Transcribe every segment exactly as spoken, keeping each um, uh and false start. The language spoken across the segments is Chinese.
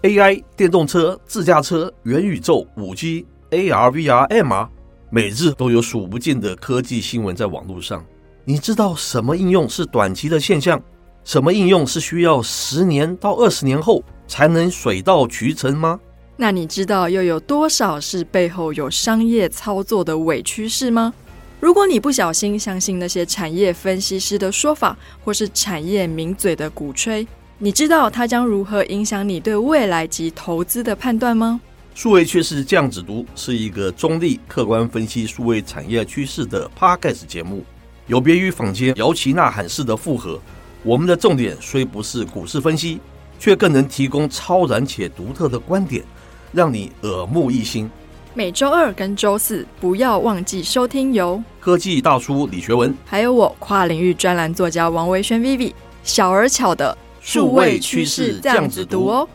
A I、电动车、自驾车、元宇宙、五 G、A R、V R、M R， 每日都有数不尽的科技新闻在网络上。你知道什么应用是短期的现象？什么应用是需要十年到二十年后才能水到渠成吗？ 那你知道又有多少是背后有商业操作的伪趋势吗？如果你不小心相信那些产业分析师的说法，或是产业名嘴的鼓吹，你知道它将如何影响你对未来及投资的判断吗？ 数位趋势这样子读是一个中立客观分析数位产业趋势的 Podcast 节目，有别于坊间摇旗呐喊式的复合，我们的重点虽不是股市分析，却更能提供超然且独特的观点，让你耳目一新。 每周二跟周四不要忘记收听由科技大叔李学文， 还有我跨领域专栏作家王维轩 Vivi 小而巧的数位趋势这样子读哦。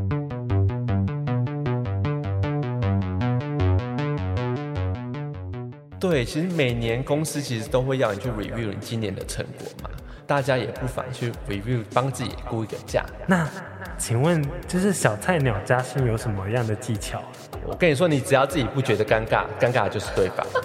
对，其实每年公司其实都会要你去 review 你今年的成果嘛，大家也不妨去 review， 帮自己估一个价。 那请问，就是小菜鸟加薪有什么样的技巧？ 我跟你说，你只要自己不觉得尴尬，尴尬的就是对方。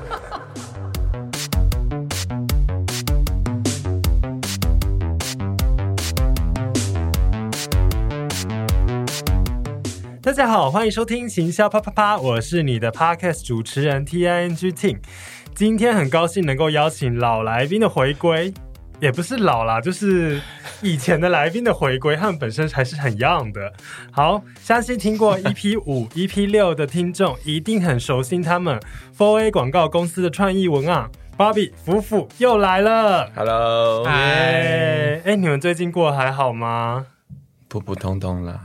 大家好，欢迎收听行销啪啪啪，我是你的 Podcast 主持人 T I N G Ting。今天很高兴能够邀请老来宾的回归，也不是老啦，就是以前的来宾的回归，他们本身还是很 young 的。好，相信听过 E P 五、E P 六 的听众一定很熟悉他们 四 A 广告公司的创意文案。Bobby 夫妇又来了 ，Hello， 哎、欸，你们最近过得还好吗？ 普普通通啦。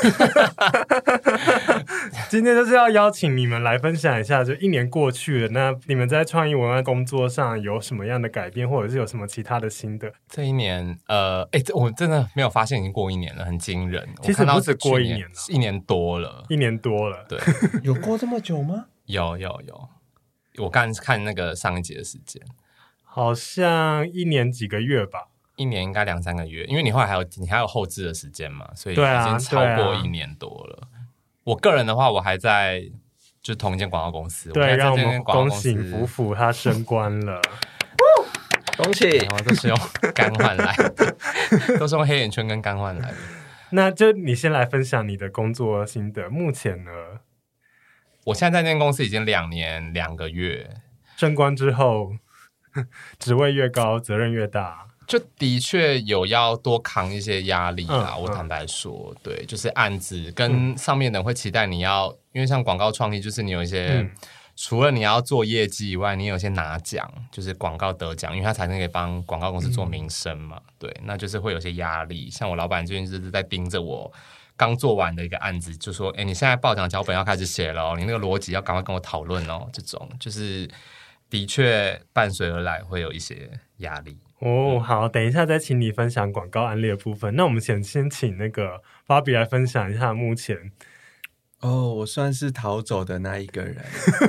今天就是要邀请你们来分享一下，就一年过去了，那你们在创意文案工作上有什么样的改变，或者是有什么其他的心得？ 这一年，呃，哎，我真的没有发现已经过一年了，很惊人。 其实不止过一年了， 一年多了， 一年多了。 对， 有过这么久吗？ 有有有，我刚看那个上一集的时间， 好像一年几个月吧。 一年应该两三个月，因为你后来还有你还有后置的时间嘛，所以已经超过一年多了。啊啊、我个人的话，我还在就同一间广告公司。 对， 我让我们恭喜夫妇他升官了， 恭喜！ 然后都是用肝换来的，都是用黑眼圈跟肝换来的。 那就你先来分享你的工作心得。目前呢， 我现在在那间公司已经两年两个月， 升官之后，职位越高，责任越大。 就的确有要多扛一些压力啦、嗯、我坦白说、嗯、对，就是案子跟上面的人会期待你要、嗯、因为像广告创意就是你有一些、嗯、除了你要做业绩以外，你有一些拿奖，就是广告得奖，因为他才能可以帮广告公司做名声嘛、嗯、对，那就是会有些压力。像我老板最近就是在盯着我刚做完的一个案子，就说哎，你现在报奖脚本要开始写了、哦、你那个逻辑要赶快跟我讨论哦，这种就是的确伴随而来会有一些压力。 哦，好，等一下再请你分享广告案例的部分。那我们先先请那个 Bobby 来分享一下目前。 哦，我算是逃走的那一个人。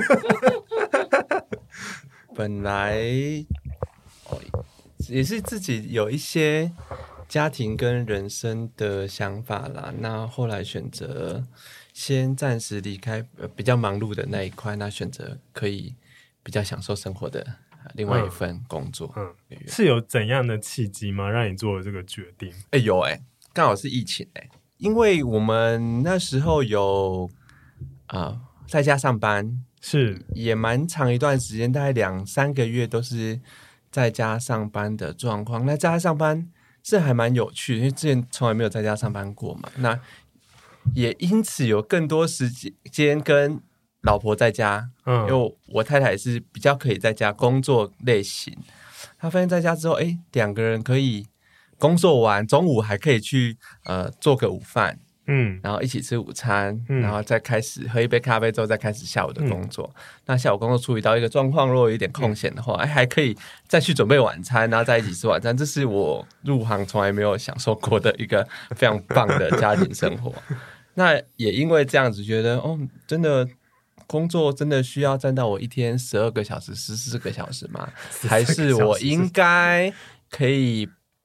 本来、哦、也是自己有一些家庭跟人生的想法啦，那后来选择先暂时离开、呃、比较忙碌的那一块，那选择可以比较享受生活的另外一份工作。 嗯，嗯是有怎样的契机吗？让你做了这个决定？ 哎、欸，有哎、欸，刚好是疫情哎、欸，因为我们那时候有啊、呃、在家上班， 是也蛮长一段时间，大概两三个月都是在家上班的状况。那在家上班是还蛮有趣的，因为之前从来没有在家上班过嘛，那也因此有更多时间跟老婆在家，嗯，因为我太太是比较可以在家工作类型，她发现在家之后，哎，两个人可以工作完，中午还可以去呃做个午饭，嗯，然后一起吃午餐，嗯，然后再开始喝一杯咖啡之后，再开始下午的工作。嗯、那下午工作处理到一个状况，如果有一点空闲的话，哎、嗯，还可以再去准备晚餐，然后再一起吃晚餐。这是我入行从来没有享受过的一个非常棒的家庭生活。那也因为这样子，觉得哦，真的。工作真的需要占到我一天十二个小时、十四个小时吗？还是我应该可以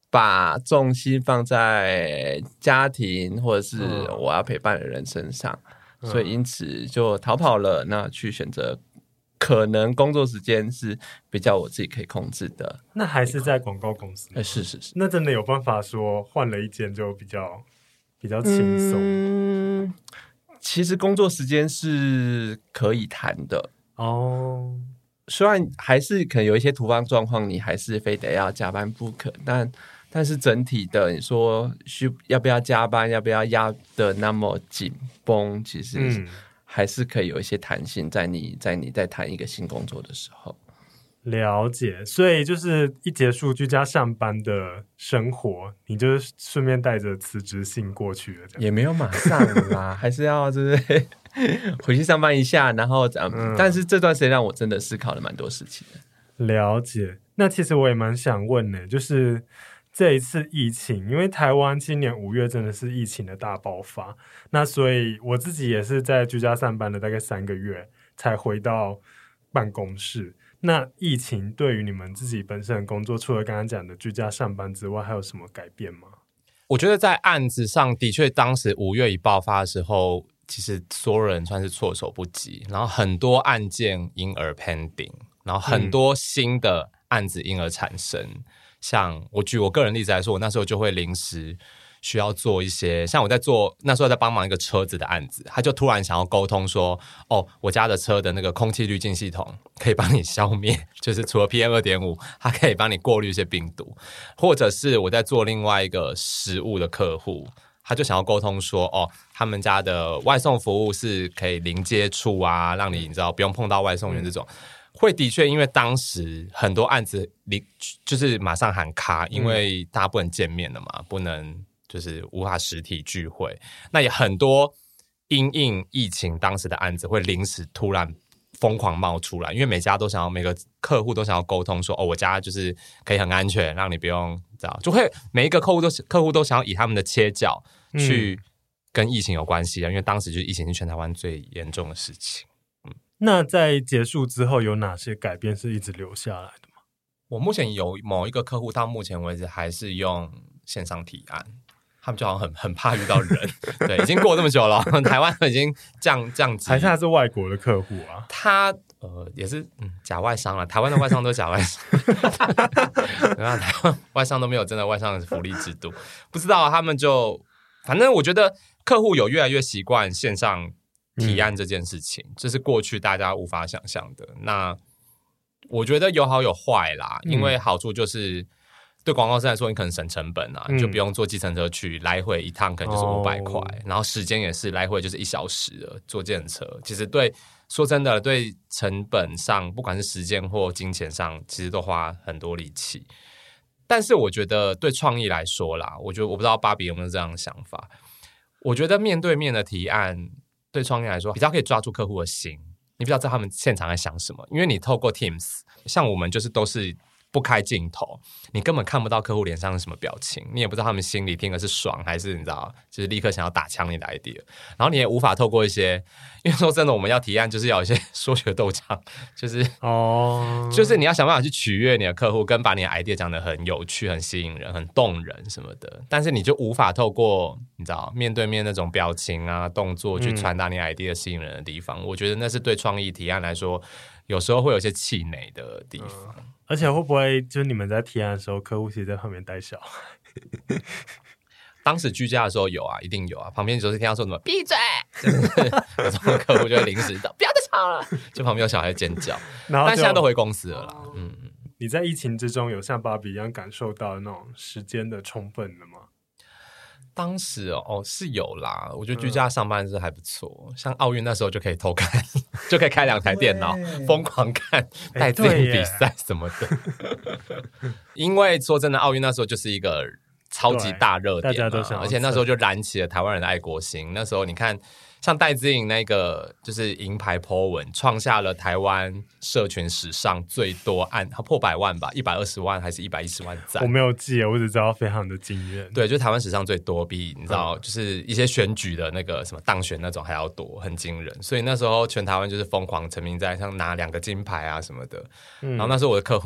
把重心放在家庭或者是我要陪伴的人身上，嗯、所以因此就逃跑了。那去选择可能工作时间是比较我自己可以控制的。 那还是在广告公司？ 哎，是是是。 那真的有办法说换了一间就比较比较轻松？ 嗯，其实工作时间是可以谈的哦。 虽然还是可能有一些突发状况，你还是非得要加班不可，但但是整体的你说需要不要加班，要不要压得那么紧绷，其实还是可以有一些弹性在你在你在谈一个新工作的时候。 了解，所以就是一结束居家上班的生活，你就顺便带着辞职信过去了， 也没有马上啦，还是要就是回去上班一下，然后、嗯、但是这段时间让我真的思考了蛮多事情的。 了解，那其实我也蛮想问的，就是这一次疫情，因为台湾今年五月真的是疫情的大爆发，那所以我自己也是在居家上班了大概三个月才回到办公室。那疫情对于你们自己本身的工作，除了刚刚讲的居家上班之外，还有什么改变吗？ 我觉得在案子上的确，当时五月一爆发的时候，其实所有人算是措手不及，然后很多案件因而 pending， 然后很多新的案子因而产生、嗯、像我举我个人例子来说，我那时候就会临时需要做一些，像我在做那时候在帮忙一个车子的案子，他就突然想要沟通说，哦，我家的车的那个空气滤净系统可以帮你消灭，就是除了 P M 二点五 它可以帮你过滤一些病毒。或者是我在做另外一个食物的客户，他就想要沟通说，哦，他们家的外送服务是可以零接触啊，让你你知道不用碰到外送员这种。会的确因为当时很多案子就是马上喊卡，因为大家不能见面了嘛，不能就是无法实体聚会，那也很多因应疫情当时的案子会临时突然疯狂冒出来，因为每家都想要，每个客户都想要沟通说，哦，我家就是可以很安全，让你不用知道，就会每一个客户都客户都想要以他们的切角去跟疫情有关系、嗯、因为当时就是疫情是全台湾最严重的事情。 嗯，那在结束之后有哪些改变是一直留下来的吗？ 我目前有某一个客户到目前为止还是用线上提案，他们就好像很很怕遇到人，对，已经过这么久了，台湾已经降降级， 还是他是外国的客户啊？ 他呃也是嗯假外商了，台湾的外商都是假外商，台湾外商都没有真的外商的福利制度，不知道他们就反正我觉得客户有越来越习惯线上提案这件事情，嗯、这是过去大家无法想象的。那我觉得有好有坏啦，因为好处就是。嗯对广告公司来说，你可能省成本啊，嗯、你就不用坐计程车去，来回一趟可能就是五百块，然后时间也是来回就是一小时了，坐计程车。其实对说真的，对成本上，不管是时间或金钱上，其实都花很多力气。但是我觉得对创意来说啦，我觉得我不知道芭比有没有这样的想法。我觉得面对面的提案对创意来说，比较可以抓住客户的心，你比较知道他们现场在想什么，因为你透过 Teams， 像我们就是都是。不开镜头，你根本看不到客户脸上是什么表情，你也不知道他们心里听的是爽还是你知道，就是立刻想要打枪你的 idea， 然后你也无法透过一些，因为说真的，我们要提案就是要有一些说学逗唱，就是哦，就是你要想办法去取悦你的客户，跟把你的 idea 讲得很有趣、很吸引人、很动人什么的，但是你就无法透过你知道面对面那种表情啊、动作去传达你 idea 吸引人的地方、嗯，我觉得那是对创意提案来说，有时候会有些气馁的地方。嗯， 而且会不会就是你们在提案的时候，客户其实在旁边带小孩？ 当时居家的时候有啊，一定有啊。旁边就是听到说什么闭嘴，有这种客户就会临时不要再吵了，就旁边有小孩尖叫。然后但现在都回公司了啦。嗯， 你在疫情之中有像芭比一样感受到那种时间的充分了吗？ 当时 哦, 哦是有啦，我觉得居家上班是还不错、嗯、像奥运那时候就可以偷看就可以开两台电脑疯狂看带自己比赛什么的因为说真的奥运那时候就是一个超级大热点嘛，大家都想，而且那时候就燃起了台湾人的爱国心。那时候你看像戴资颖那个就是银牌 po 文，创下了台湾社群史上最多按破百万吧，一百二十万还是一百一十万赞？ 我没有记，我只知道非常的惊艳。 对，就台湾史上最多，比你知道、嗯、就是一些选举的那个什么当选那种还要多，很惊人。所以那时候全台湾就是疯狂沉迷在像拿两个金牌啊什么的、嗯、然后那时候我的客户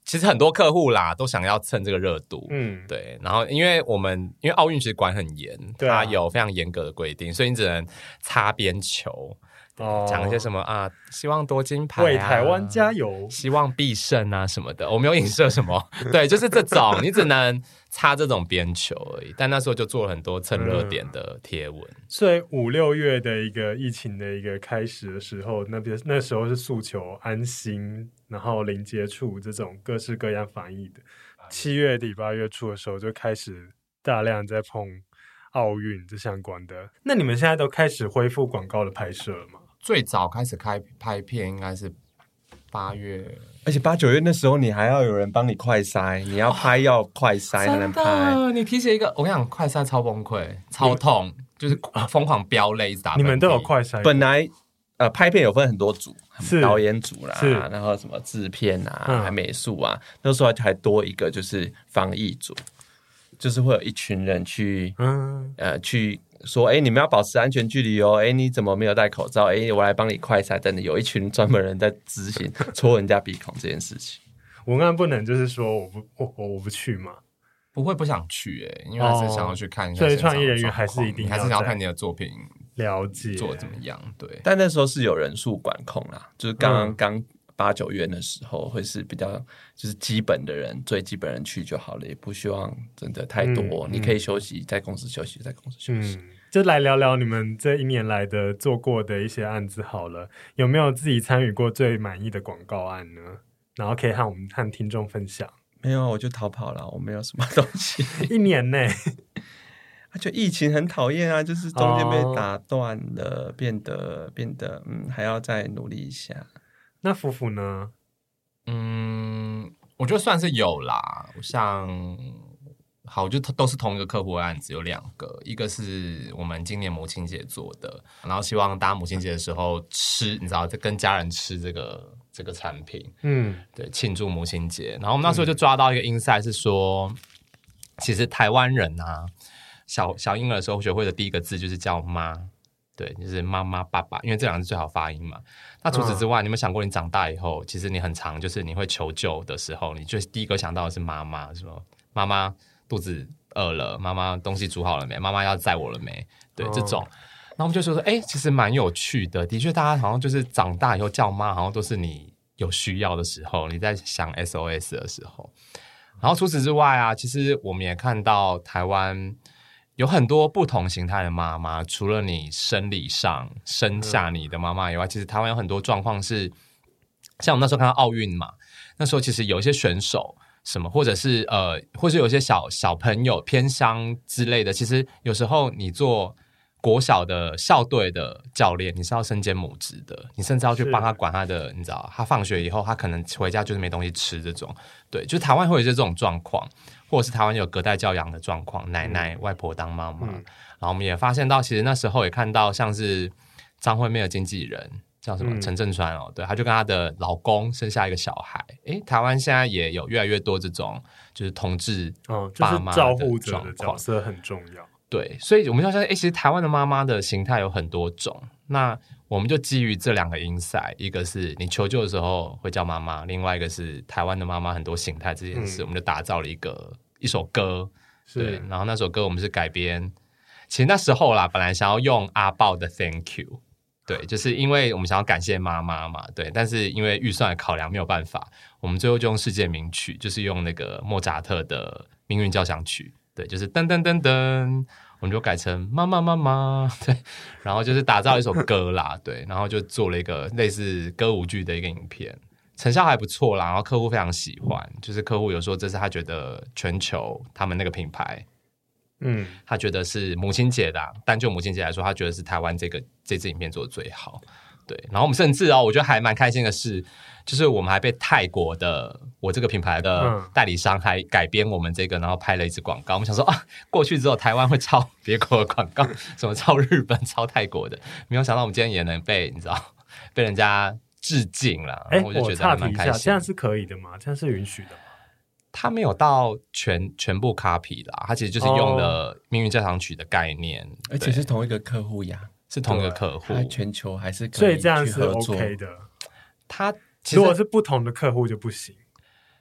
其实很多客户啦都想要蹭这个热度，嗯，对。然后因为我们因为奥运其实管很严，它有非常严格的规定，所以你只能擦边球。讲、哦、一些什么啊，希望夺金牌、啊， 为台湾加油， 希望必胜啊什么的，我没有影射什么，对，就是这种，你只能擦这种边球而已。但那时候就做了很多蹭热点的贴文、嗯。 所以五六月的一个疫情的一个开始的时候，那边那时候是诉求安心，然后零接触这种各式各样防疫的。七月底八月初的时候就开始大量在碰奥运这相关的。那你们现在都开始恢复广告的拍摄了吗？ 最早开始开拍片应该是八月， 而且八九月那时候你还要有人帮你快筛，你要拍要快筛才能拍。 真的，你提起一个，我跟你讲，快筛超崩溃，超痛，就是疯狂飙泪，一直打。 你们都有快筛？ 本来呃拍片有分很多组，导演组啦，然后什么制片啊，嗯、还美术啊，那时候还多一个就是防疫组，就是会有一群人去，嗯呃去。说哎、欸，你们要保持安全距离哦！哎、欸，你怎么没有戴口罩？哎、欸，我来帮你快筛。等等，有一群专门人在执行戳人家鼻孔这件事情。 文案不能就是说我不我我不去嘛？ 不会不想去哎、欸，因为还是想要去看一下、哦。 所以创意人员还是一定还是想要看你的作品， 了解做得怎么样？对。 但那时候是有人数管控啦，就是刚刚刚八九月的时候，会是比较就是基本的人，最基本人去就好了，也不希望真的太多。嗯、你可以休息，在公司休息，在公司休息。嗯， 就来聊聊你们这一年来的做过的一些案子好了，有没有自己参与过最满意的广告案呢？然后可以和我们和听众分享。 没有，我就逃跑了，我没有什么东西。 一年内， 就疫情很讨厌啊，就是中间被打断了，哦、变得变得嗯，还要再努力一下。 那福福呢？ 嗯，我觉得算是有啦，像。好，就都是同一个客户的案子，有两个，一个是我们今年母亲节做的，然后希望大家母亲节的时候吃，你知道，跟家人吃这个这个产品，嗯，对，庆祝母亲节。然后我们那时候就抓到一个 insight 是说，嗯、其实台湾人啊，小小婴儿的时候学会的第一个字就是叫妈，对，就是妈妈爸爸，因为这两个字最好发音嘛。那除此之外，嗯、你有没有想过，你长大以后，其实你很常就是你会求救的时候，你就第一个想到的是妈妈，是吗？妈妈。肚子饿了，妈妈东西煮好了没？妈妈要载我了没？对，哦、这种，那我们就说说，哎、欸，其实蛮有趣的。的确，大家好像就是长大以后叫妈，好像都是你有需要的时候，你在想 S O S 的时候。然后除此之外啊，其实我们也看到台湾有很多不同形态的妈妈，除了你生理上生下你的妈妈以外，嗯、其实台湾有很多状况是，像我们那时候看到奥运嘛，那时候其实有一些选手。什么，或者是呃，或是有些小小朋友偏乡之类的，其实有时候你做国小的校队的教练，你是要身兼母职的，你甚至要去帮他管他的，你知道，他放学以后，他可能回家就是没东西吃这种，对，就是台湾会有一些这种状况，或者是台湾有隔代教养的状况，奶奶、嗯、外婆当妈妈，嗯、然后我们也发现到，其实那时候也看到像是张惠妹的经纪人。叫什么陈振川哦，对，他就跟他的老公生下一个小孩。诶，台湾现在也有越来越多这种就是同志爸妈的状况，哦，就是照顾者的角色很重要。对，所以我们要相信，诶，其实台湾的妈妈的形态有很多种。那我们就基于这两个 insight， 一个是你求救的时候会叫妈妈，另外一个是台湾的妈妈很多形态这件事，嗯、我们就打造了一个一首歌。对，然后那首歌我们是改编，其实那时候啦，本来想要用阿豹的 Thank You。对，就是因为我们想要感谢妈妈嘛，对，但是因为预算的考量没有办法，我们最后就用世界名曲，就是用那个莫扎特的命运交响曲，对，就是噔噔噔噔，我们就改成妈妈妈妈，对，然后就是打造一首歌啦，对，然后就做了一个类似歌舞剧的一个影片，成效还不错啦，然后客户非常喜欢，就是客户有说这是他觉得全球他们那个品牌。嗯，他觉得是母亲节的、啊，单就母亲节来说，他觉得是台湾这个这支影片做的最好。对，然后我们甚至哦，我觉得还蛮开心的是，就是我们还被泰国的我这个品牌的代理商还改编我们这个，然后拍了一支广告。我们想说啊，过去之后台湾会抄别国的广告，什么抄日本、抄泰国的，没有想到我们今天也能被你知道被人家致敬了。哎，我就觉得还蛮开心。 这样是可以的吗？这样是允许的吗？ 他没有到全全部 copy 啦，他其实就是用了命运交响曲的概念， 而且是同一个客户呀， 是同一个客户， 他全球还是可以， 所以这样是 OK 的。 他如果是不同的客户就不行。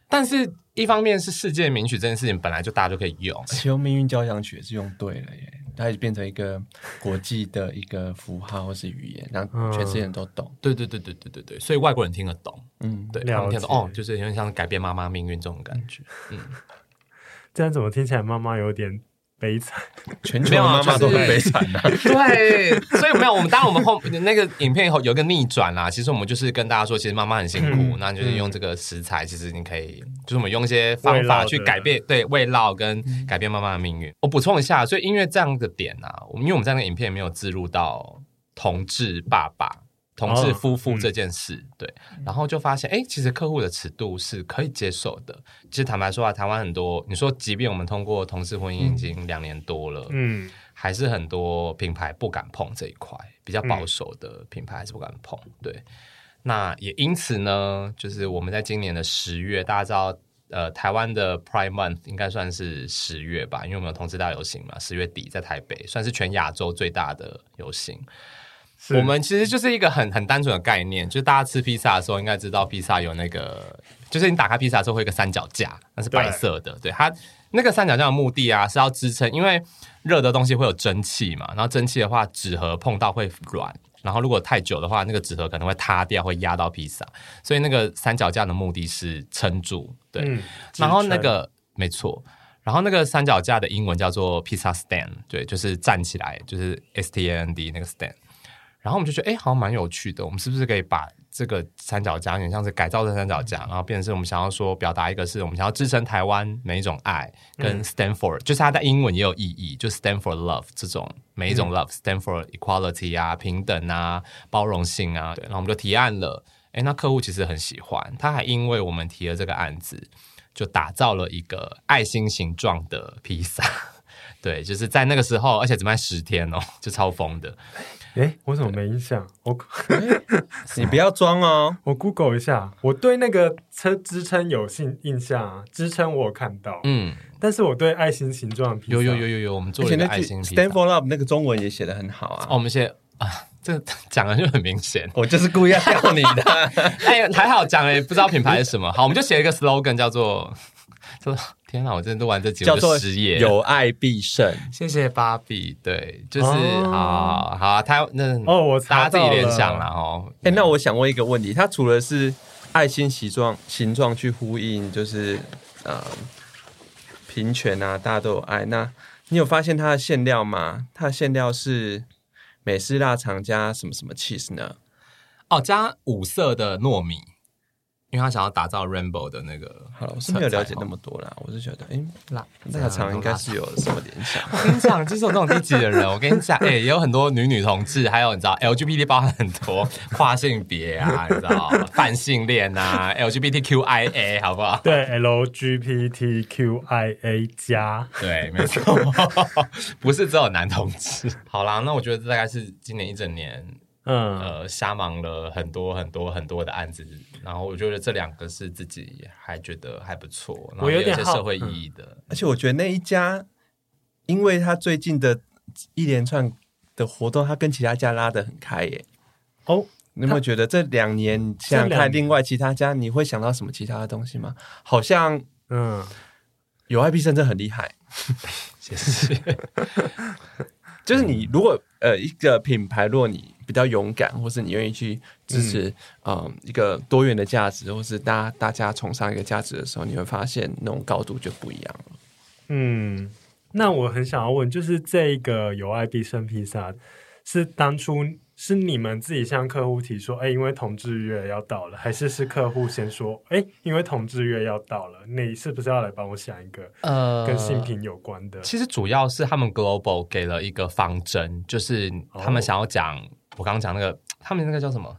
但是一方面是世界名曲这件事情本来就大家就可以用， 其实命运交响曲也是用对了耶，它也变成一个国际的一个符号或是语言，让全世界人都懂。 对对对对对对对，所以外国人听得懂， 嗯， 对，他们听得懂哦，就是有点像改变妈妈命运这种感觉。嗯， 这样怎么听起来妈妈有点悲惨？ 全球的妈妈都很悲惨啊。 对，所以没有我们，当然我们后那个影片以后有一个逆转啦。其实我们就是跟大家说，其实妈妈很辛苦，嗯、那就是用这个食材，其实你可以，就是我们用一些方法去改变，对味烙跟改变妈妈的命运。我补充一下，所以因为这样的点啊，我们因为我们在那个影片里面有置入到同志爸爸。同志夫妇这件事，哦嗯、对，然后就发现，哎，其实客户的尺度是可以接受的。其实坦白说啊，台湾很多，你说，即便我们通过同志婚姻已经两年多了，嗯，还是很多品牌不敢碰这一块，比较保守的品牌还是不敢碰。对，那也因此呢，就是我们在今年的十月，大家知道，呃，台湾的 Pride Month 应该算是十月吧，因为我们有同志大游行嘛，十月底在台北，算是全亚洲最大的游行。我们其实就是一个很很单纯的概念，就是大家吃披萨的时候应该知道，披萨有那个，就是你打开披萨的时候会有一个三脚架，那是白色的， 对, 对它那个三脚架的目的啊是要支撑，因为热的东西会有蒸汽嘛，然后蒸汽的话纸盒碰到会软，然后如果太久的话，那个纸盒可能会塌掉，会压到披萨，所以那个三脚架的目的是撑住，对，嗯、然后那个没错。然后那个三脚架的英文叫做 pizza stand， 对，就是站起来，就是 S T A N D 那个 stand。然后我们就觉得，哎，好像蛮有趣的。我们是不是可以把这个三脚架，有点像是改造的三脚架，然后变成是我们想要说表达一个是我们想要支撑台湾每一种爱，跟 stand for，、嗯、就是它在英文也有意义，就 stand for love 这种每一种 love、嗯、stand for equality 啊，平等啊，包容性啊。对，然后我们就提案了，哎，那客户其实很喜欢，他还因为我们提了这个案子，就打造了一个爱心形状的披萨。对，就是在那个时候，而且只卖十天哦，就超疯的。 哎，我怎么没印象？我你不要装哦！ 我 Google 一下，我对那个车支撑有印象啊，支撑我有看到，嗯，但是我对爱心形状的披萨有有有有有，我们做了一个爱心披萨 ，Stand for Love 那个中文也写得很好啊。 哦、我们写啊，这讲的就很明显， 我就是故意要吊你的。 哎，还好讲了，不知道品牌是什么。好，我们就写了一个 slogan 叫做。天哪！我真的录完这集我就失业了。 有爱必胜， 谢谢芭比。对，就是、哦、好好，他那哦，我大家自己联想了哦。 哎、欸，那我想问一个问题，它除了是爱心形状形状去呼应，就是呃平权啊，大家都有爱。那你有发现它的馅料吗？它的馅料是美式腊肠加什么什么 cheese 呢？ 哦，加五色的糯米。因为他想要打造 Rainbow 的那个， 好了，我是没有了解那么多啦，我是觉得，哎、欸，腊腊肠应该是有什么联想？ 我跟你讲，就是我这种低级的人，我跟你讲，哎、欸，也有很多女女同志，还有你知道 L G B T 包含很多跨性别啊，你知道泛性恋啊 ，L G B T Q I A 好不好？ 对 ，L G B T Q I A 加， 对，没错，不是只有男同志。好啦，那我觉得这大概是今年一整年。嗯，呃，瞎忙了很多很多很多的案子，然后我觉得这两个是自己还觉得还不错，然后也有一些社会意义的、嗯。 而且我觉得那一家，因为他最近的一连串的活动，他跟其他家拉得很开耶。哦，你有没有觉得这两年想想看，另外其他家你会想到什么其他的东西吗？好像，嗯，有爱必胜真的很厉害， 谢谢。 就是你如果呃一个品牌，如果你比较勇敢，或是你愿意去支持、嗯呃、一个多元的价值，或是大家大家崇尚一个价值的时候，你会发现那种高度就不一样了。 嗯，那我很想要问，就是这个有爱必胜披萨是当初是你们自己向客户提说，哎，因为同志月要到了，还是是客户先说，哎，因为同志月要到了，你是不是要来帮我想一个呃跟性平有关的、呃？ 其实主要是他们 Global 给了一个方针，就是他们想要讲、哦、我刚刚讲那个，他们那个叫什么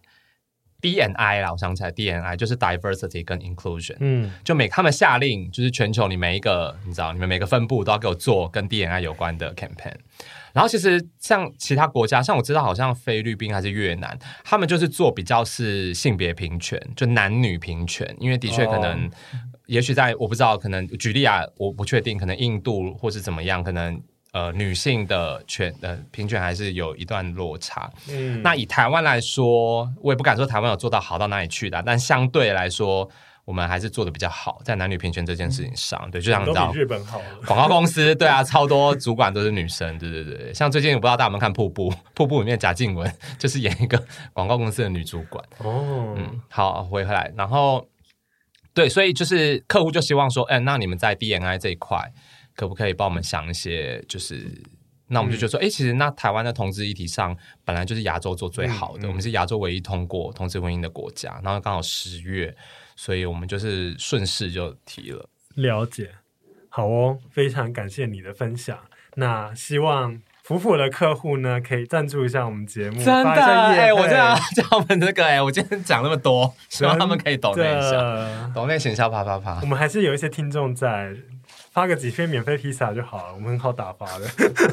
D and I 啦，我想起来 D and I 就是 Diversity 跟 Inclusion， 嗯，就每他们下令，就是全球你每一个，你知道，你们每个分部都要给我做跟 D and I 有关的 campaign。然后其实像其他国家，像我知道好像菲律宾还是越南，他们就是做比较是性别平权，就男女平权，因为的确可能、哦、也许在我不知道，可能举例啊，我不确定，可能印度或是怎么样，可能呃女性的权呃平权还是有一段落差。嗯，那以台湾来说，我也不敢说台湾有做到好到哪里去的，但相对来说， 我们还是做的比较好，在男女平权这件事情上，对，就像你知道， 都比日本好了。 广告公司对啊，超多主管都是女生，对对对。像最近我不知道大家有没有看《瀑布》，《瀑布》里面贾静雯就是演一个广告公司的女主管。 哦， 嗯，好，回回来，然后对，所以就是客户就希望说，哎，那你们在 D N I 这一块，可不可以帮我们想一些，就是那我们就觉得说，哎、嗯，其实那台湾的同志议题上，本来就是亚洲做最好的，嗯嗯、我们是亚洲唯一通过同志婚姻的国家，然后刚好十月。所以我们就是顺势就提了。 了解，好哦，非常感谢你的分享。那希望福福的客户呢，可以赞助一下我们节目。 真的，哎、欸，我这样叫他们这个，哎、欸，我今天讲那么多，希望他们可以抖那一下，抖那行销啪啪啪。 我们还是有一些听众在，发个几片免费披萨就好了，我们很好打发的。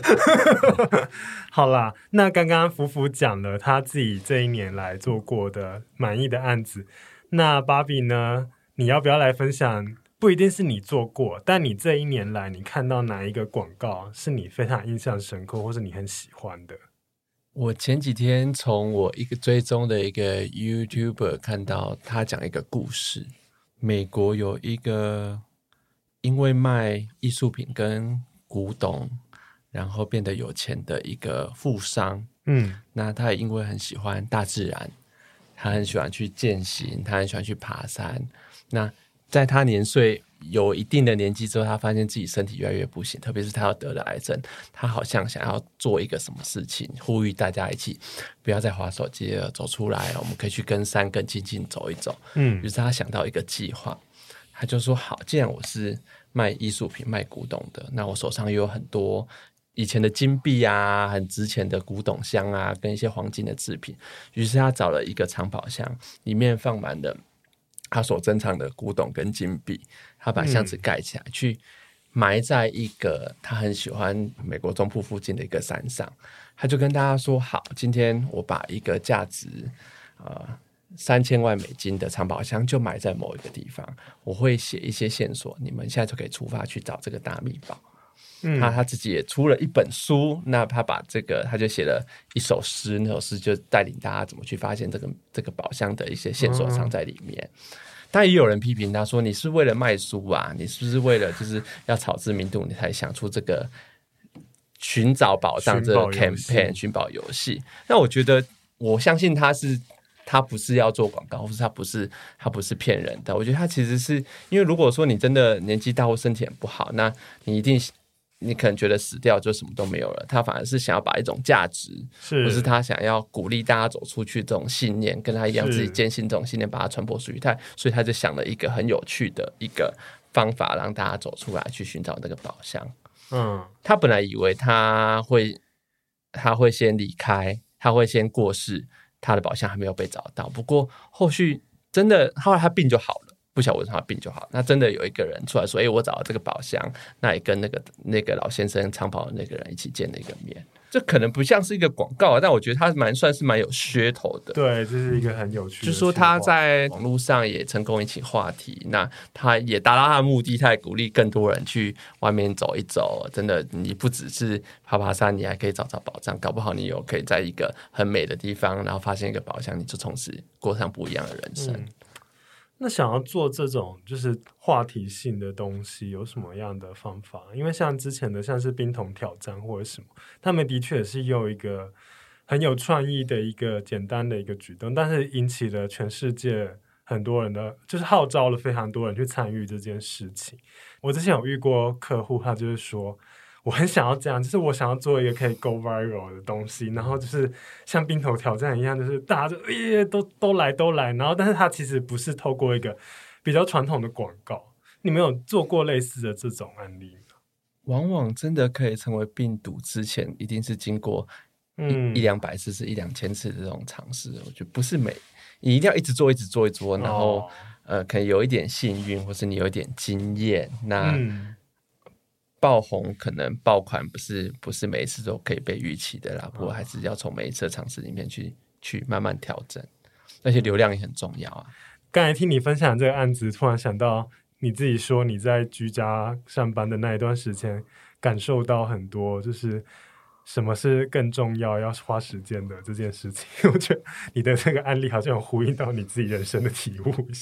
好啦，那刚刚福福讲了他自己这一年来做过的满意的案子。那芭比呢？你要不要来分享？不一定是你做过，但你这一年来，你看到哪一个广告是你非常印象深刻，或是你很喜欢的？ 我前几天从我一个追踪的一个 YouTuber 看到他讲一个故事，美国有一个因为卖艺术品跟古董，然后变得有钱的一个富商。嗯，那他也因为很喜欢大自然。他很喜欢去健行，他很喜欢去爬山。那在他年岁有一定的年纪之后，他发现自己身体越来越不行，特别是他要得了癌症，他好像想要做一个什么事情，呼吁大家一起不要再滑手机了，走出来，我们可以去跟山更亲近走一走。嗯，于是他想到一个计划，他就说：好，既然我是卖艺术品、卖古董的，那我手上又有很多以前的金币啊，很值钱的古董箱啊，跟一些黄金的制品。于是他找了一个藏宝箱，里面放满了他所珍藏的古董跟金币。他把箱子盖起来，嗯、去埋在一个他很喜欢美国中部附近的一个山上。他就跟大家说：好，今天我把一个价值呃三千万美金的藏宝箱就埋在某一个地方，我会写一些线索，你们现在就可以出发去找这个大秘宝。嗯、他他自己也出了一本书，那他把这个他就写了一首诗，那首诗就带领大家怎么去发现这个这个宝箱的一些线索藏在里面。嗯、但也有人批评他说：“你是为了卖书啊？你是不是为了就是要炒知名度，你才想出这个寻找宝藏这个 campaign 寻宝游戏？”那我觉得，我相信他是他不是要做广告，或是他不是他不是骗人的。我觉得他其实是因为如果说你真的年纪大或身体很不好，那你一定。你可能觉得死掉就什么都没有了，他反而是想要把一种价值，是或是他想要鼓励大家走出去这种信念，跟他一样自己坚信这种信念，把它传播出去。他所以他就想了一个很有趣的一个方法，让大家走出来去寻找那个宝箱。嗯，他本来以为他会他会先离开，他会先过世，他的宝箱还没有被找到。不过后续真的后来他病就好了。不晓得为什么他病就好，那真的有一个人出来说：“哎、欸，我找到这个宝箱。”那也跟那个那个老先生长跑的那个人一起见了一个面。这可能不像是一个广告，但我觉得他蛮算是蛮有噱头的。 对，这是一个很有趣的。 就是说他在网络上也成功引起话题，那他也达到他的目的，他也鼓励更多人去外面走一走。真的，你不只是爬爬山，你还可以找找宝藏，搞不好你有可以在一个很美的地方，然后发现一个宝箱，你就从此过上不一样的人生。嗯， 那想要做这种就是话题性的东西有什么样的方法？因为像之前的像是冰桶挑战或者什么，他们的确是用一个很有创意的一个简单的一个举动，但是引起了全世界很多人的，就是号召了非常多人去参与这件事情。我之前有遇过客户，他就是说我很想要这样，就是我想要做一个可以 go viral 的东西，然后就是像冰头挑战一样，就是大家就耶都都来都来，然后但是它其实不是透过一个比较传统的广告。你们有做过类似的这种案例吗？ 往往真的可以成为病毒之前，一定是经过一、嗯、一两百次、是一两千次的这种尝试。我觉得不是每你一定要一直做、一直做、一直做，然后、哦、呃，可能有一点幸运，或是你有一点经验，那。嗯爆红可能爆款不是不是每一次都可以被预期的啦，不过还是要从每一次的尝试里面去去慢慢调整，而且流量也很重要啊。 刚才听你分享这个案子，突然想到你自己说你在居家上班的那一段时间，感受到很多就是什么是更重要要花时间的这件事情。我觉得你的这个案例好像有呼应到你自己人生的体悟一下。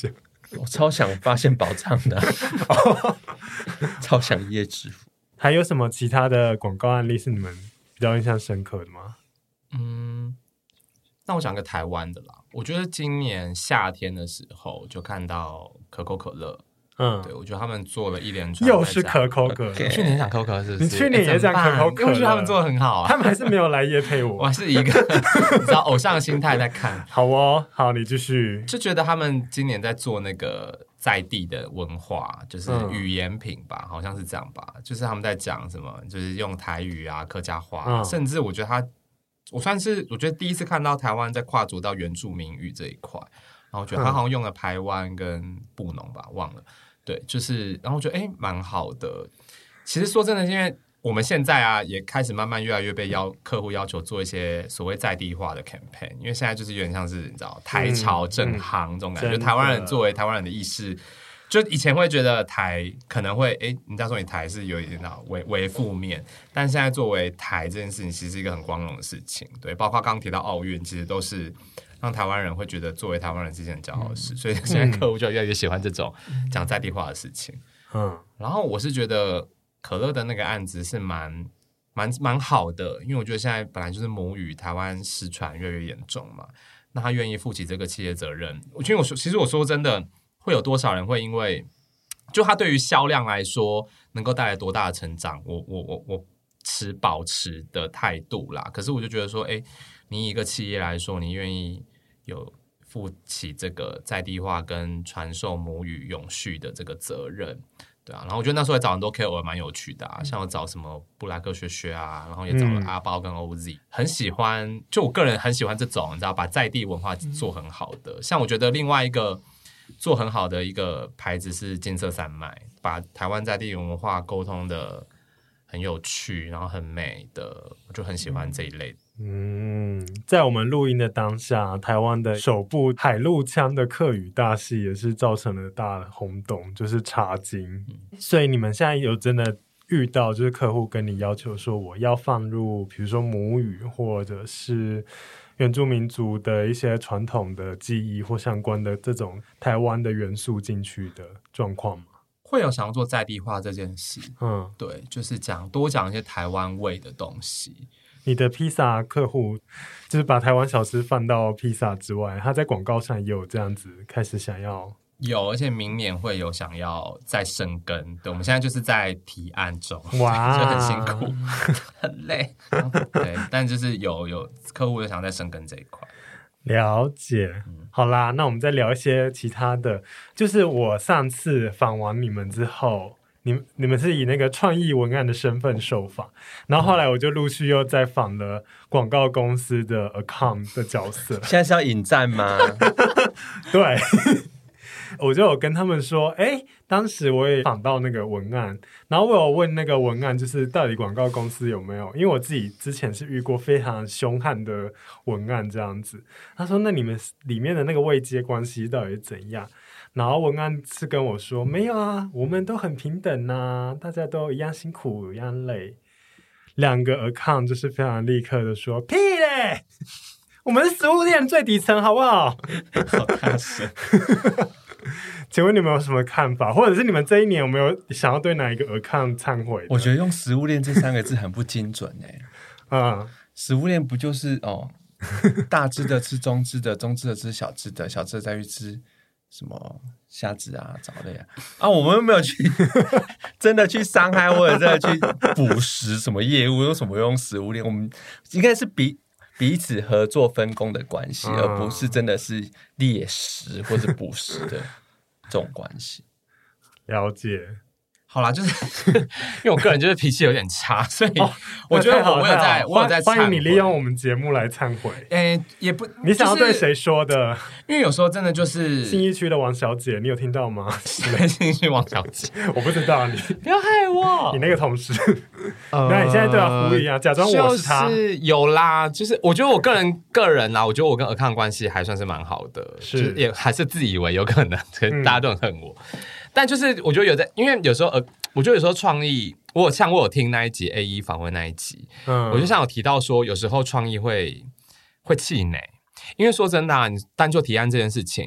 我超想发现宝藏的、啊，超想一夜致富。 还有什么其他的广告案例是你们比较印象深刻的吗？ 嗯，那我讲个台湾的啦。我觉得今年夏天的时候就看到可口可乐。嗯，对，我觉得他们做了一连串， 又是可口可乐。 Okay. 去年讲可口可乐是不是？ 你去年也讲可口可乐， 我觉得他们做的很好啊。 他们还是没有来业配我， 我还是一个你知道偶像的心态在看。 好哦，好，你继续。 就觉得他们今年在做那个在地的文化，就是语言品吧，嗯、好像是这样吧。就是他们在讲什么，就是用台语啊、客家话、啊，嗯、甚至我觉得他，我算是我觉得第一次看到台湾在跨足到原住民语这一块，然后我觉得他好像用了排湾跟布农吧，忘了。对，就是，然后我觉得哎，蛮好的。其实说真的，因为我们现在啊，也开始慢慢越来越被要客户要求做一些所谓在地化的 campaign， 因为现在就是有点像是你知道台潮正夯这种感觉，嗯、就台湾人作为台湾人的意识，就以前会觉得台可能会哎，人家说你台是有一点为为负面，但现在作为台这件事情，其实是一个很光荣的事情。对，包括刚刚提到奥运，其实都是。让台湾人会觉得作为台湾人是一件很骄傲的事，嗯、所以现在客户就越来越喜欢这种讲在地化的事情。嗯，然后我是觉得可乐的那个案子是蛮蛮蛮好的，因为我觉得现在本来就是母语台湾失传越来越严重嘛，那他愿意负起这个企业责任，我觉得我说其实我说真的，会有多少人会因为就他对于销量来说能够带来多大的成长，我我我我持保持的态度啦。可是我就觉得说，哎，你以一个企业来说，你愿意有负起这个在地化跟传授母语永续的这个责任，对啊。然后我觉得那时候也找很多 K O L 蛮有趣的啊，像我找什么布莱克学学啊，然后也找了阿包跟 O Z，、嗯、很喜欢。就我个人很喜欢这种，你知道，把在地文化做很好的。嗯、像我觉得另外一个做很好的一个牌子是金色山脉，把台湾在地文化沟通的很有趣，然后很美的，我就很喜欢这一类的。 嗯，在我们录音的当下，台湾的首部海陆腔的客语大戏也是造成了大轰动，就是茶经。嗯、所以你们现在有真的遇到，就是客户跟你要求说，我要放入比如说母语或者是原住民族的一些传统的记忆或相关的这种台湾的元素进去的状况吗？ 会有想要做在地化这件事，嗯，对，就是讲多讲一些台湾味的东西。 你的披萨客户就是把台湾小吃放到披萨之外，他在广告上也有这样子开始想要有，而且明年会有想要再生根。对，我们现在就是在提案中， 哇， 就很辛苦，很累。对，但就是有有客户就想要再生根这一块。 了解，好啦，那我们再聊一些其他的。就是我上次访完你们之后，你们你们是以那个创意文案的身份受访，然后后来我就陆续又再访了广告公司的 account 的角色。 现在是要引战吗？ 对。我就有跟他们说，哎，当时我也访到那个文案，然后我有问那个文案，就是到底广告公司有没有？因为我自己之前是遇过非常凶悍的文案这样子。他说，那你们里面的那个位阶关系到底是怎样？然后文案是跟我说，没有啊，我们都很平等啊，大家都一样辛苦，一样累。两个 account 就是非常立刻的说，屁嘞，我们是食物链最底层，好不好？ 好大声。 请问你们有什么看法，或者是你们这一年有没有想要对哪一个 account 忏悔的？ 我觉得用食物链这三个字很不精准哎、欸。啊，食物链不就是哦，大只的吃中只的，中只的吃小只的，小只的再去吃什么虾子啊、藻类啊？啊，我们又没有去真的去伤害或者真的去捕食什么业务，为什么用食物链？我们应该是比。彼此合作分工的关系、嗯、而不是真的是猎食或者捕食的这种关系。 了解。 好啦，就是因为我个人就是脾气有点差，所以我觉得我有在，我有在欢迎你利用我们节目来忏悔。 诶、欸，也不， 你想要对谁说的？ 因为有时候真的就是信义区的王小姐，你有听到吗？ 信义区王小姐， 我不知道，你不要害我。 你那个同事，呃、那你现在对他呼吁啊，假装我是他。 就是有啦，就是我觉得我个人个人啦，我觉得我跟尔康关系还算是蛮好的，是、就是、也还是自以为有可能，可是大家都很恨我。嗯，但就是我觉得有在，因为有时候呃，我觉得有时候创意，我有像我有听那一集 A 一 访问那一集，嗯，我就像有提到说，有时候创意会会气馁，因为说真的、啊，你单做提案这件事情，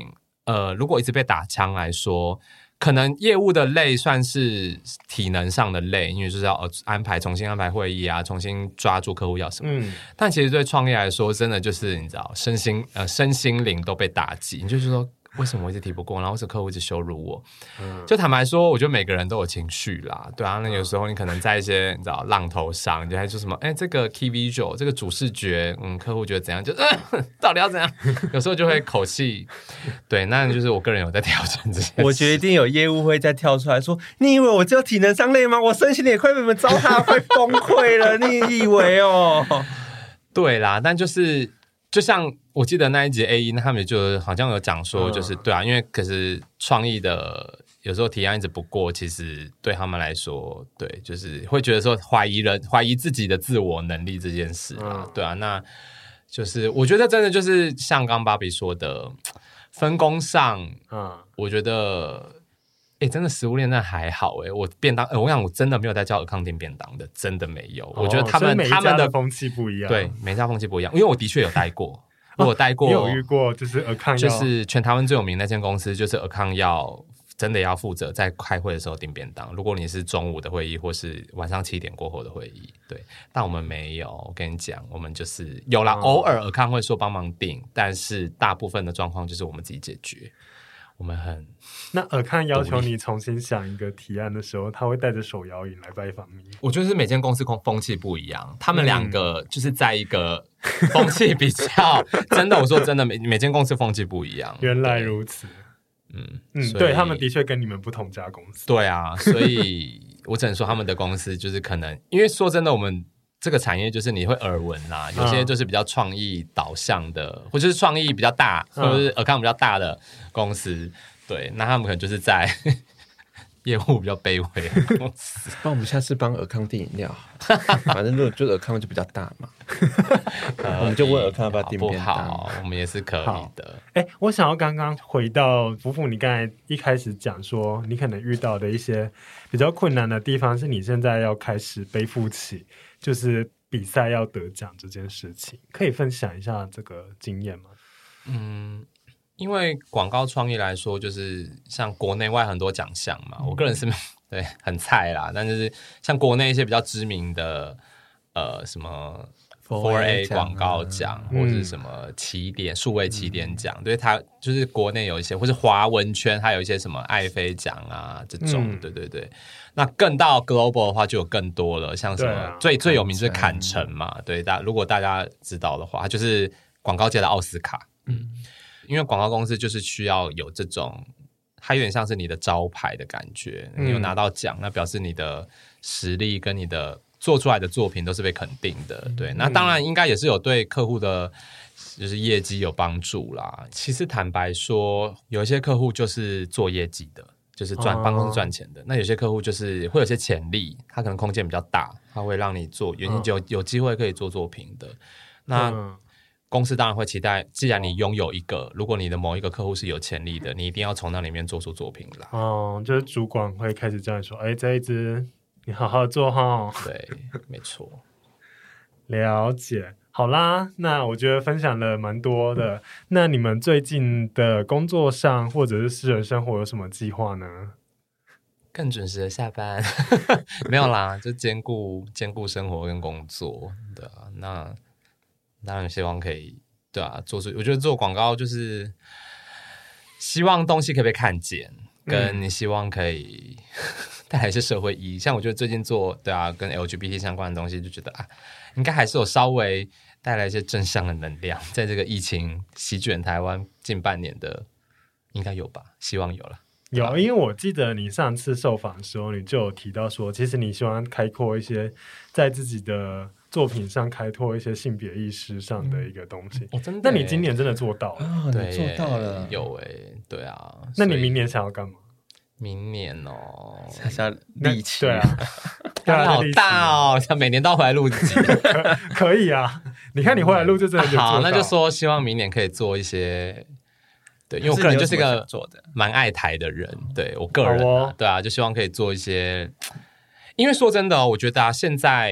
呃，如果一直被打枪来说，可能业务的累算是体能上的累，因为就是要安排重新安排会议啊，重新抓住客户要什么。嗯，但其实对创业来说，真的就是你知道，身心呃身心灵都被打击。你就是说，为什么我一直提不过，然后为什么客户一直羞辱我？嗯，就坦白说，我觉得每个人都有情绪啦，对啊。那有时候你可能在一些你知道浪头上，你就还说什么，哎，这个 key visual 这个主视觉，嗯，客户觉得怎样，就、呃、到底要怎样？有时候就会口气，对，那就是我个人有在调整这些。 我觉得一定有业务会再跳出来说，你以为我只有体能上累吗？我身心也快被你们糟蹋，快崩溃了，你以为哦？ 对啦，但就是就像。我记得那一集 A 一，他们就好像有讲说，就是、嗯、对啊，因为可是创意的有时候提案一直不过，其实对他们来说，对，就是会觉得说怀疑人、怀疑自己的自我能力这件事啊，嗯、对啊，那就是我觉得真的就是像刚芭比说的，分工上，嗯，我觉得，哎，真的食物链那还好哎，我便当，我想我真的没有在叫尔康订便当的，真的没有，哦、我觉得他们他们的风气不一样， 对，每家风气不一样，因为我的确有待过。我有待过、 哦、你有遇过就是尔康就是全台湾最有名那间公司，就是尔康要真的要负责在开会的时候订便当，如果你是中午的会议或是晚上七点过后的会议，对，但我们没有，我跟你讲，我们就是有啦、哦、偶尔尔康会说帮忙订，但是大部分的状况就是我们自己解决。我们很那尔康要求你重新想一个提案的时候，他会带着手摇饮来拜访你。 我觉得是每间公司风气不一样，他们两个就是在一个风气比较真的，我说真的，每每间公司风气不一样。 原来如此，嗯嗯，对他们的确跟你们不同家公司。 对啊，所以我只能说他们的公司就是可能，因为说真的，我们。这个产业就是你会耳闻啦，有些就是比较创意导向的，或者是创意比较大，或者是尔康比较大的公司，对，那他们可能就是在业务比较卑微的公司。 那我们下次帮尔康订饮料，反正如果就尔康就比较大嘛，我们就问尔康要不要订便当， 好，我们也是可以的。 哎，我想要刚刚回到福福，你刚才一开始讲说，你可能遇到的一些比较困难的地方，是你现在要开始背负起。就是比赛要得奖这件事情，可以分享一下这个经验吗？ 嗯，因为广告创意来说，就是像国内外很多奖项嘛，嗯、我个人是对很菜啦，但就是像国内一些比较知名的呃什么 四 A 广告奖，或者是什么起点数位起点奖，嗯、对它就是国内有一些，或是华文圈还有一些什么爱妃奖啊这种，嗯、对对对。那更到 global 的话就有更多了，像什么、啊、最最有名就是坎城嘛，对，大如果大家知道的话，它就是广告界的奥斯卡。嗯，因为广告公司就是需要有这种，它有点像是你的招牌的感觉，你有拿到奖，那表示你的实力跟你的做出来的作品都是被肯定的。对，那当然应该也是有对客户的就是业绩有帮助啦。其实坦白说，有一些客户就是做业绩的。就是赚帮公司赚钱的，哦、那有些客户就是会有些潜力，他可能空间比较大，他会让你做，有有有机会可以做作品的。那、嗯、公司当然会期待，既然你拥有一个，如果你的某一个客户是有潜力的，你一定要从那里面做出作品来。 哦，就是主管会开始这样说，哎，这一支你好好做哈。 对，没错。 了解。好啦，那我觉得分享了蛮多的。那你们最近的工作上或者是私人生活有什么计划呢？ 更准时的下班，没有啦，就兼顾兼顾生活跟工作，对啊。那当然希望可以，对啊，做出。我觉得做广告就是希望东西可以被看见，跟你希望可以带来一些社会意义。像我觉得最近做，对啊，跟 L G B T 相关的东西，就觉得啊。应该还是有稍微带来一些正向的能量，在这个疫情席卷台湾近半年的，应该有吧？希望有了。 有，因为我记得你上次受访的时候，你就有提到说，其实你希望开拓一些在自己的作品上开拓一些性别意识上的一个东西。 哦，真的？ 那你今年真的做到了？ 哦，你做到了？ 有哎、欸，对啊。 那你明年想要干嘛？ 明年哦， 想要力气， 对啊， 压力好大哦，像每年都要回来录自己可, 可以啊，你看你回来录就真的就做到、 嗯、好，那就说希望明年可以做一些，对，因为我个人就是一个蛮爱台的人，对我个人、啊哦、对啊，就希望可以做一些，因为说真的、哦、我觉得啊，现在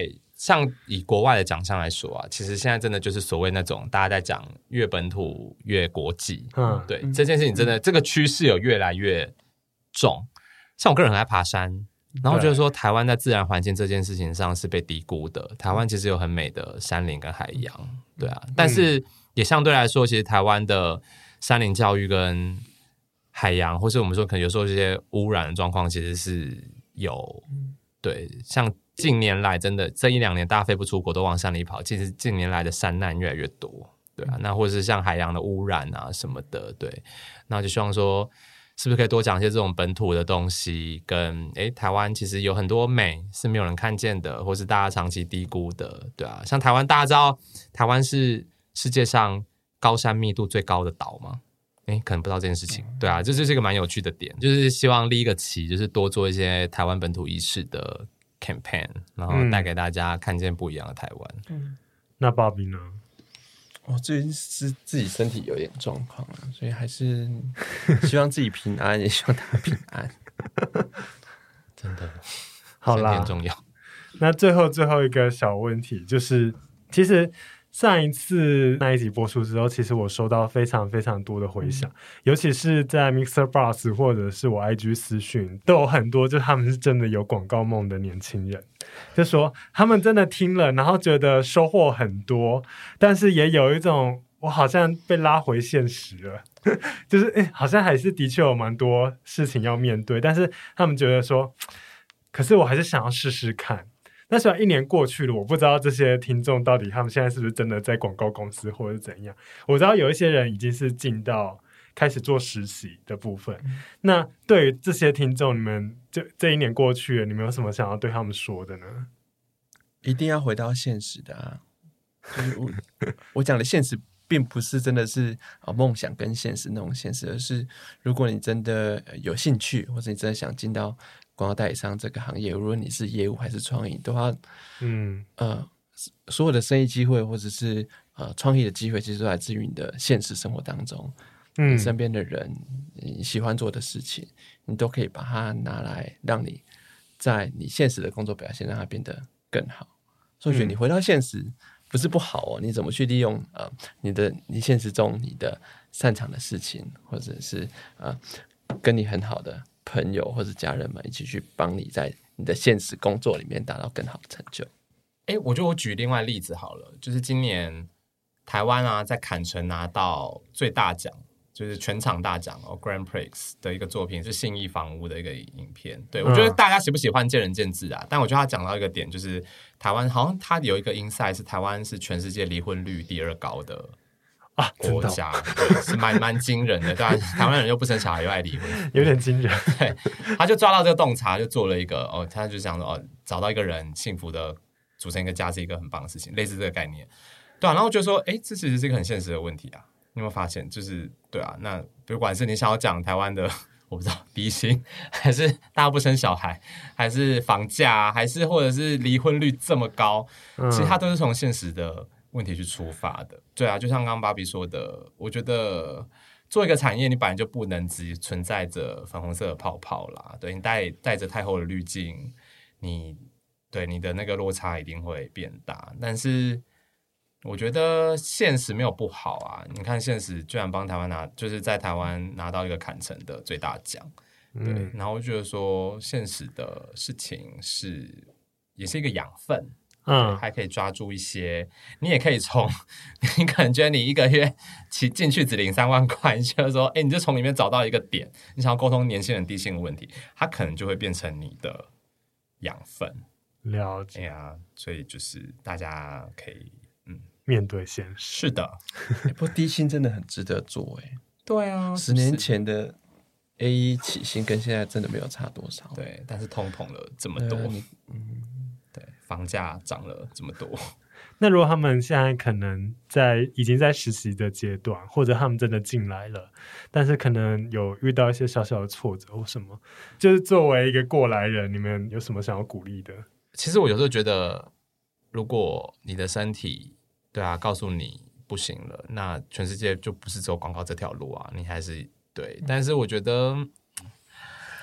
像以国外的奖项来说啊，其实现在真的就是所谓那种大家在讲越本土越国际，嗯，对，这件事情真的、嗯、这个趋势有越来越重。像我个人很爱爬山，然后觉得说台湾在自然环境这件事情上是被低估的。台湾其实有很美的山林跟海洋，对啊，但是也相对来说，其实台湾的山林教育跟海洋，或是我们说可能有时候这些污染的状况，其实是有对。像近年来真的这一两年大家飞不出国都往山里跑，其实近年来的山难越来越多，对啊。那或者是像海洋的污染啊什么的，对，那就希望说是不是可以多讲一些这种本土的东西，跟诶台湾其实有很多美是没有人看见的，或是大家长期低估的，对啊。像台湾大家知道台湾是世界上高山密度最高的岛吗？诶可能不知道这件事情，对啊，这就是一个蛮有趣的点，就是希望立一个旗，就是多做一些台湾本土意识的 campaign， 然后带给大家看见不一样的台湾。 嗯，那Bobby呢？ 我最近是自己身体有点状况啊，所以还是希望自己平安，也希望他平安。 真的， 好啦， 很重要。 那最后最后一个小问题就是，其实上一次那一集播出之后，其实我收到非常非常多的回响，嗯、尤其是在 Mixer Box 或者是我 I G 私讯，都有很多就他们是真的有广告梦的年轻人，就说他们真的听了，然后觉得收获很多，但是也有一种我好像被拉回现实了，就是诶好像还是的确有蛮多事情要面对，但是他们觉得说，可是我还是想要试试看。那虽然一年过去了，我不知道这些听众到底他们现在是不是真的在广告公司或者是怎样。我知道有一些人已经是进到开始做实习的部分。嗯、那对于这些听众，你们就这一年过去了，你们有什么想要对他们说的呢？ 一定要回到现实的啊！就是我我讲的现实，并不是真的是啊梦想跟现实那种现实，而是如果你真的有兴趣，或者你真的想进到广告代理商这个行业，无论你是业务还是创意，都要嗯呃所有的生意机会或者是呃创意的机会，其实都来自于你的现实生活当中。嗯，你身边的人，你喜欢做的事情，你都可以把它拿来，让你在你现实的工作表现让它变得更好。所以我觉得你回到现实不是不好哦，你怎么去利用呃你的你现实中你的擅长的事情，或者是呃跟你很好的朋友或者家人们一起去帮你在你的现实工作里面达到更好的成就。 哎，我觉得我举另外例子好了，就是今年台湾啊在坎城拿到最大奖，就是全场大奖哦 Grand Prix 的一个作品是信义房屋的一个影片。对、嗯、我觉得大家喜不喜欢见仁见智啊，但我觉得他讲到一个点，就是台湾好像他有一个 insight 是台湾是全世界离婚率第二高的啊，国家，对，是蛮蛮惊人的。当然，台湾人又不生小孩又爱离婚， 有点惊人。 对，他就抓到这个洞察，就做了一个哦，他就想说哦，找到一个人幸福的组成一个家是一个很棒的事情，类似这个概念。对啊，然后就说，哎，这其实是一个很现实的问题啊。你有没有发现，就是对啊，那不管是你想要讲台湾的，我不知道低薪，还是大家不生小孩，还是房价，还是或者是离婚率这么高，嗯、其实它都是从现实的问题去出发的。对啊，就像刚刚芭比说的，我觉得做一个产业，你本来就不能只存在着粉红色的泡泡啦。对，你带带着太厚的滤镜，你对你的那个落差一定会变大。但是我觉得现实没有不好啊，你看现实居然帮台湾拿，就是在台湾拿到一个坎城的最大奖，对，嗯、然后我觉得说现实的事情是也是一个养分。嗯，还可以抓住一些，你也可以从你可能觉得你一个月进去只领三万块，你觉得说，哎，你就从里面找到一个点，你想要沟通年轻人低薪的问题，它可能就会变成你的养分。 了解啊，所以就是大家可以嗯面对现实。 是的， 欸、不过低薪真的很值得做哎、欸。 对啊， 十年前的 A 一 起薪跟现在真的没有差多少。 对，但是通膨了这么多，嗯。对，房价涨了这么多。 那如果他们现在可能在已经在实习的阶段，或者他们真的进来了，但是可能有遇到一些小小的挫折或什么，就是作为一个过来人，你们有什么想要鼓励的？ 其实我有时候觉得，如果你的身体对啊告诉你不行了，那全世界就不是走广告这条路啊，你还是对。但是我觉得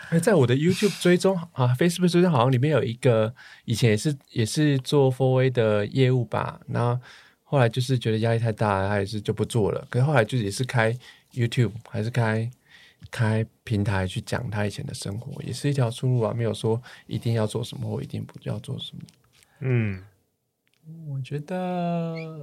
在我的 YouTube 追踪啊 ，Facebook 追踪好像里面有一个以前也是也是做 四 A 的业务吧，然后后来就是觉得压力太大，他也是就不做了。可是后来就也是开 YouTube， 还是开开平台去讲他以前的生活，也是一条出路啊，没有说一定要做什么或一定不要做什么。 嗯， 我觉得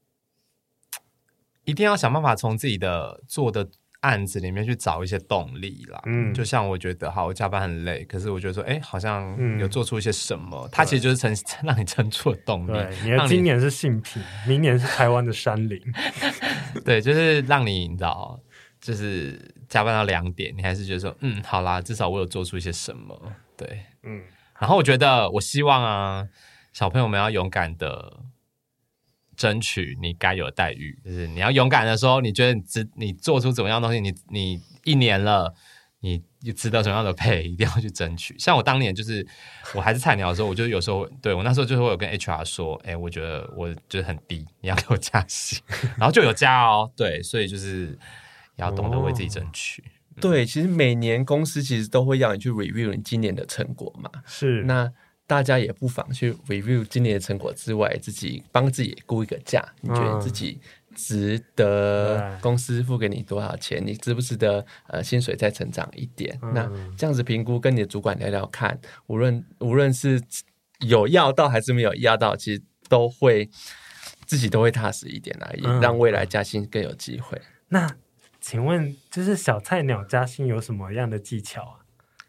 一定要想办法从自己的做的案子里面去找一些动力啦。嗯，就像我觉得，好，我加班很累，可是我觉得说，哎，好像有做出一些什么，嗯、它其实就是撑让你撑出的动力。 对，你的今年是性平，明年是台湾的山林。 对，就是让你你知道，就是加班到两点，你还是觉得说，嗯，好啦，至少我有做出一些什么。对，嗯。然后我觉得，我希望啊，小朋友们要勇敢的争取你该有的待遇，就是你要勇敢的说，你觉得你值你做出怎么样的东西，你你一年了，你值得什么样的配，一定要去争取。像我当年就是我还是菜鸟的时候，我就有时候对我那时候就是会有跟 H R 说，哎、欸，我觉得我觉得很低，你要给我加薪，然后就有加哦。对，所以就是要懂得为自己争取。哦嗯、对，其实每年公司其实都会要你去 review 你今年的成果嘛， 是那。大家也不妨去 review 今年的成果之外，自己帮自己估一个价，你觉得自己值得公司付给你多少钱？你值不值得呃薪水再成长一点？嗯、那这样子评估，跟你的主管聊聊看，无论无论是有要到还是没有要到，其实都会自己都会踏实一点啦，嗯、让未来加薪更有机会。 那请问，就是小菜鸟加薪有什么样的技巧啊？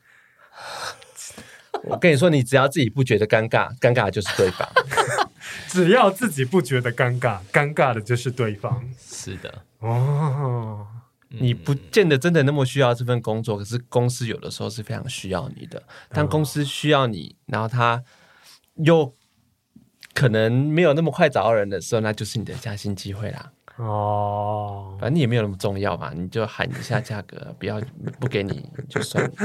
我跟你说，你只要自己不觉得尴尬，尴尬的就是对方。 只要自己不觉得尴尬，尴尬的就是对方。 是的， 哦， 你不见得真的那么需要这份工作，可是公司有的时候是非常需要你的。当公司需要你，然后他又可能没有那么快找到人的时候，那就是你的加薪机会啦。哦，反正你也没有那么重要嘛，你就喊一下价格，不要不给你就算了。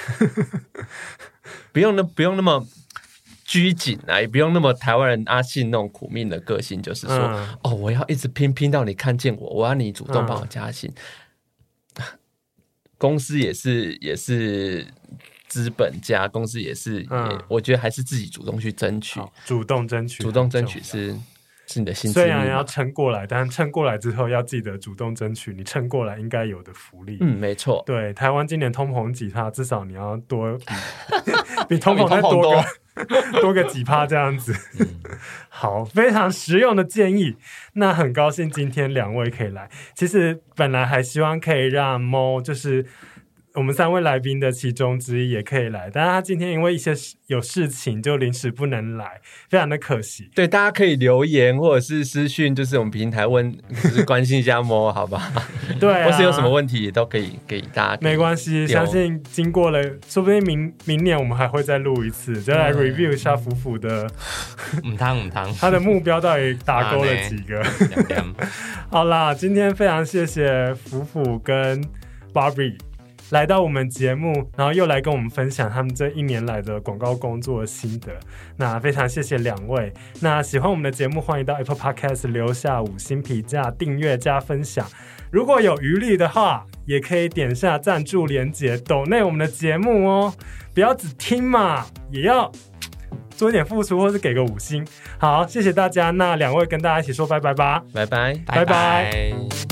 不用那不用那么拘谨啊，也不用那么台湾人阿信那种苦命的个性，就是说、嗯、哦，我要一直拼拼到你看见我，我要你主动帮我加薪。嗯、公司也是也是资本家，公司也是，嗯、也我觉得还是自己主动去争取， 主动争取， 主动争取是。是你的薪资， 虽然要撑过来，但撑过来之后要记得主动争取你撑过来应该有的福利。 嗯，没错。 对，台湾今年通膨几趴，至少你要多比比通膨再多个多个几趴这样子。嗯、好，非常实用的建议。那很高兴今天两位可以来。其实本来还希望可以让 Mo 就是我们三位来宾的其中之一也可以来，但是他今天因为一些有事情就临时不能来，非常的可惜。 对，大家可以留言或者是私讯，就是我们平台问，就是关心一下Mo好吧？ 对、啊， 或是有什么问题也都可以给大家。 没关系，相信经过了，说不定明明年我们还会再录一次，就来 review 一下福福的母汤母汤， 他的目标到底打勾了几个？好啦，今天非常谢谢福福跟 Barbie。来到我们节目，然后又来跟我们分享他们这一年来的广告工作的心得。那非常谢谢两位。那喜欢我们的节目，欢迎到 Apple Podcast 留下五星评价、订阅加分享。如果有余力的话，也可以点下赞助连结，抖内我们的节目哦。不要只听嘛，也要做一点付出，或是给个五星。好，谢谢大家。那两位跟大家一起说拜拜吧， 拜拜， 拜拜。